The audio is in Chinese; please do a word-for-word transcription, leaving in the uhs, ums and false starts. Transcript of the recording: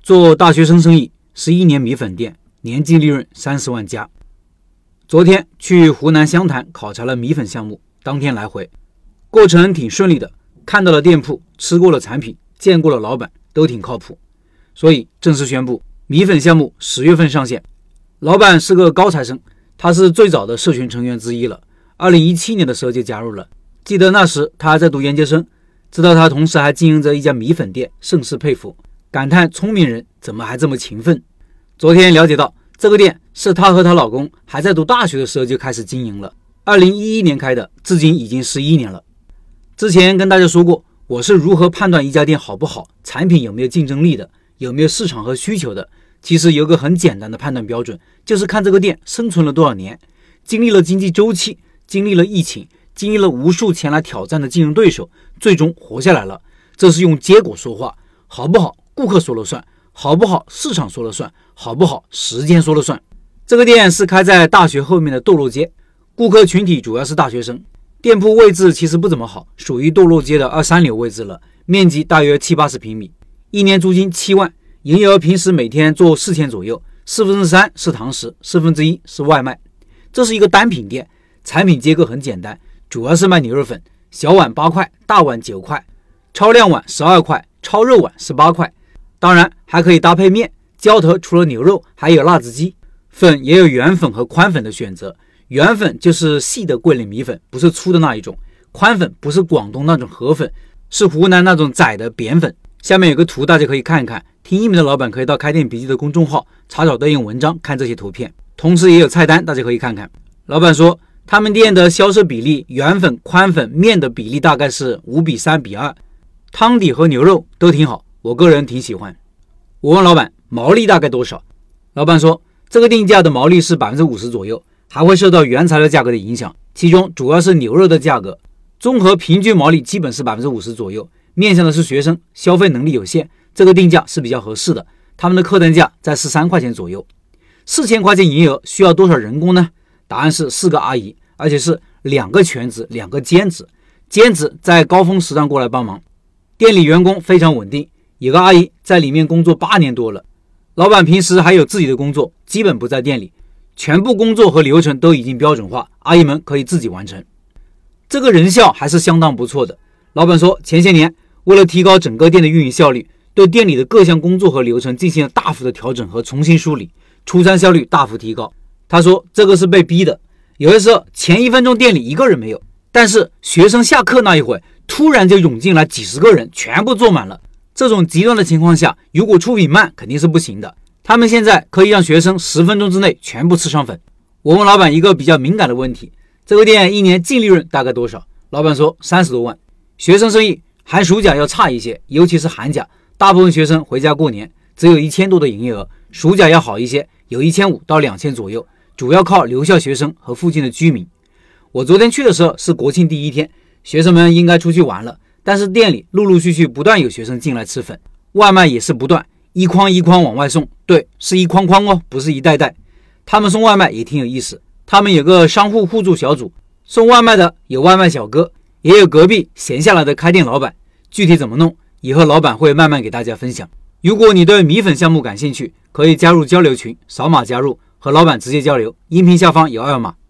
做大学生生意，十一年米粉店，年净利润三十万加。昨天去湖南湘潭考察了米粉项目，当天来回，过程挺顺利的，看到了店铺，吃过了产品，见过了老板，都挺靠谱，所以正式宣布米粉项目十月份上线。老板是个高材生，他是最早的社群成员之一了，二零一七年的时候就加入了，记得那时他还在读研究生，知道他同时还经营着一家米粉店，甚是佩服，感叹聪明人怎么还这么勤奋。昨天了解到这个店是她和她老公还在读大学的时候就开始经营了，二零一一年开的，至今已经十一年了。之前跟大家说过，我是如何判断一家店好不好，产品有没有竞争力的，有没有市场和需求的。其实有个很简单的判断标准，就是看这个店生存了多少年，经历了经济周期，经历了疫情，经历了无数前来挑战的竞争对手，最终活下来了。这是用结果说话，好不好顾客说了算，好不好市场说了算，好不好时间说了算。这个店是开在大学后面的堕落街，顾客群体主要是大学生，店铺位置其实不怎么好，属于堕落街的二三流位置了，面积大约七八十平米，一年租金七万，营业额平时每天做四千左右，四分之三是堂食，四分之一是外卖。这是一个单品店，产品结构很简单，主要是卖牛肉粉，小碗八块，大碗九块，超量碗十二块，超肉碗十八块。当然还可以搭配面，浇头除了牛肉还有辣子鸡，粉也有圆粉和宽粉的选择。圆粉就是细的桂林米粉，不是粗的那一种，宽粉不是广东那种河粉，是湖南那种窄的扁粉。下面有个图大家可以看一看，听音频的老板可以到开店笔记的公众号查找对应文章看这些图片，同时也有菜单大家可以看看。老板说他们店的销售比例，圆粉、宽粉、面的比例大概是五比三比二，汤底和牛肉都挺好，我个人挺喜欢。我问老板毛利大概多少，老板说这个定价的毛利是 百分之五十 左右，还会受到原材料价格的影响，其中主要是牛肉的价格，综合平均毛利基本是 百分之五十 左右。面向的是学生，消费能力有限，这个定价是比较合适的，他们的客单价在十三块钱左右。四千块钱营业额需要多少人工呢？答案是四个阿姨，而且是两个全职，两个兼职，兼职在高峰时段过来帮忙。店里员工非常稳定，有个阿姨在里面工作八年多了，老板平时还有自己的工作，基本不在店里，全部工作和流程都已经标准化，阿姨们可以自己完成。这个人效还是相当不错的。老板说前些年为了提高整个店的运营效率，对店里的各项工作和流程进行了大幅的调整和重新梳理，出餐效率大幅提高。他说这个是被逼的，有的时候前一分钟店里一个人没有，但是学生下课那一会突然就涌进来几十个人，全部坐满了。这种极端的情况下，如果出品慢肯定是不行的。他们现在可以让学生十分钟之内全部吃上粉。我问老板一个比较敏感的问题，这个店一年净利润大概多少？老板说三十多万。学生生意寒暑假要差一些，尤其是寒假，大部分学生回家过年，只有一千多的营业额。暑假要好一些，有一千五到两千左右，主要靠留校学生和附近的居民。我昨天去的时候是国庆第一天，学生们应该出去玩了，但是店里陆陆续续不断有学生进来吃粉，外卖也是不断，一筐一筐往外送，对，是一筐筐哦，不是一袋袋。他们送外卖也挺有意思，他们有个商户互助小组，送外卖的有外卖小哥，也有隔壁闲下来的开店老板，具体怎么弄，以后老板会慢慢给大家分享。如果你对米粉项目感兴趣，可以加入交流群，扫码加入，和老板直接交流，音频下方有二维码。